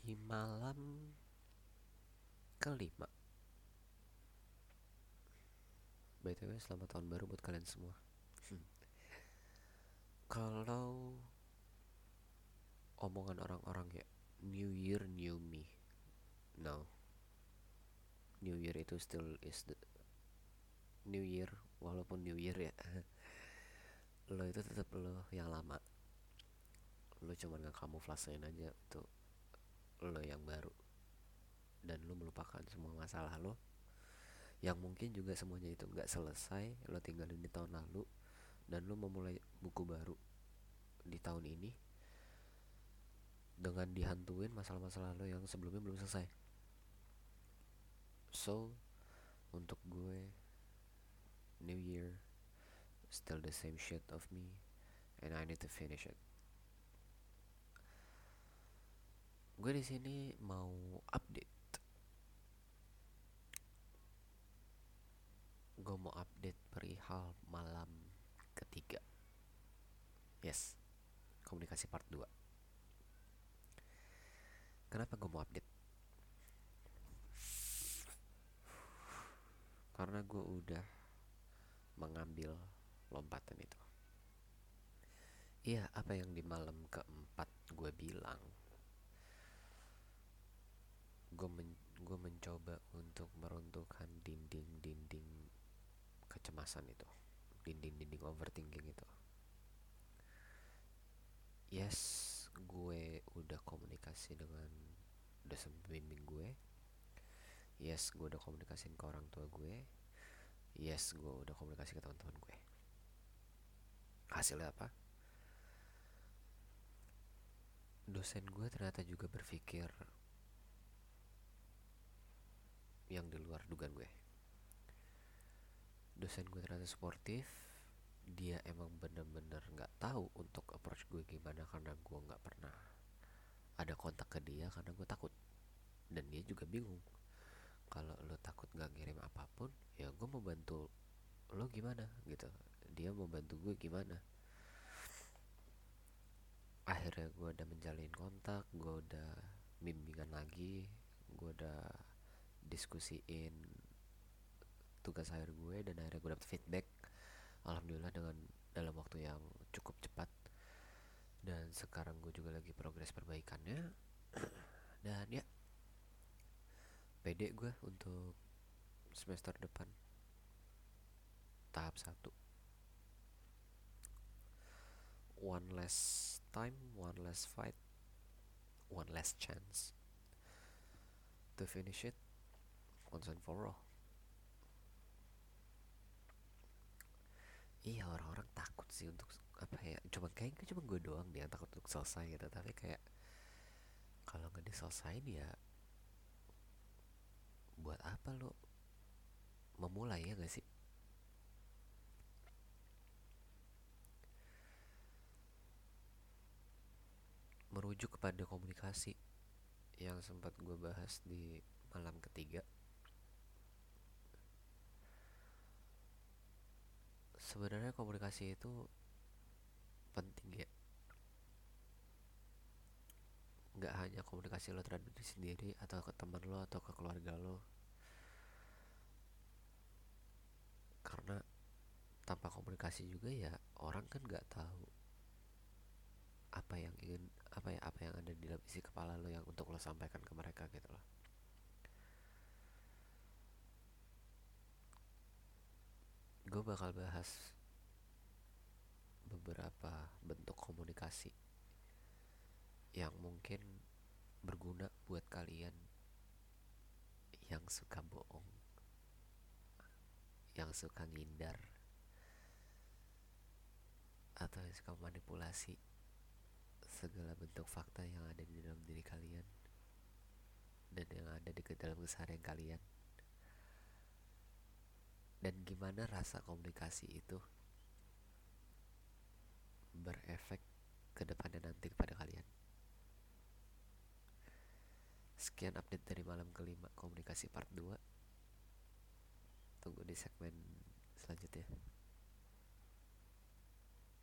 Di malam kelima. BTW selamat tahun baru buat kalian semua. Kalau omongan orang-orang ya, New Year New Me. No, New Year itu still is the New Year. Walaupun New Year ya, lo itu tetap lo yang lama. Lo cuma nggak kamuflasein aja itu lo yang baru. Dan lo melupakan semua masalah lo, yang mungkin juga semuanya itu nggak selesai lo tinggalin di tahun lalu. Dan lo memulai buku baru di tahun ini dengan dihantuin masalah-masalah lo yang sebelumnya belum selesai. So, untuk gue, New Year still the same shit of me, and I need to finish it. Gue di sini mau update. Gue mau update perihal malam ketiga. Yes, komunikasi part 2. Kenapa gue mau update? Karena gue udah mengambil lompatan itu. Iya, apa yang di malam keempat gue bilang. Gue mencoba untuk meruntuhkan dinding-dinding kecemasan itu, dinding-dinding overthinking itu. Yes, gue udah komunikasi dengan dosen pembimbing gue. Yes, gue udah komunikasiin ke orang tua gue. Yes, gue udah komunikasi ke teman-teman gue. Hasilnya apa? Dosen gue ternyata juga berpikir yang di luar dugaan gue. Dosen gue ternyata sportif. Dia emang bener-bener gak tahu untuk approach gue gimana, karena gue gak pernah ada kontak ke dia karena gue takut. Dan dia juga bingung. Kalau lo takut gak ngirim apapun, ya gue mau bantu lo gimana gitu. Dia mau bantu gue gimana. Akhirnya gue udah menjalin kontak, gue udah bimbingan lagi, gue udah diskusiin tugas akhir gue, dan akhirnya gue dapet feedback, alhamdulillah dengan dalam waktu yang cukup cepat. Dan sekarang gue juga lagi progres perbaikannya. Dan ya, pede gue untuk semester depan tahap 1. One less time, one less fight, one less chance to finish it once and for all. Iya, orang-orang takut sih untuk apa ya, kayaknya cuma gue doang nih yang takut untuk selesai gitu. Tapi kayak kalau nggak diselesain ya buat apa lo memulai, ya gak sih? Merujuk kepada komunikasi yang sempat gue bahas di malam ketiga, sebenarnya komunikasi itu penting ya. Nggak hanya komunikasi lo terhadap diri sendiri atau ke teman lo atau ke keluarga lo, karena tanpa komunikasi juga ya orang kan nggak tahu apa yang ingin, apa yang ada di dalam isi kepala lo yang untuk lo sampaikan ke mereka gitu loh. Gue bakal bahas beberapa bentuk komunikasi yang mungkin berguna buat kalian yang suka bohong, yang suka ngindar, atau yang suka manipulasi segala bentuk fakta yang ada di dalam diri kalian dan yang ada di dalam keseharian kalian. Dan gimana rasa komunikasi itu berefek ke depannya nanti kepada kalian. Sekian update dari malam kelima komunikasi part 2. Tunggu di segmen selanjutnya.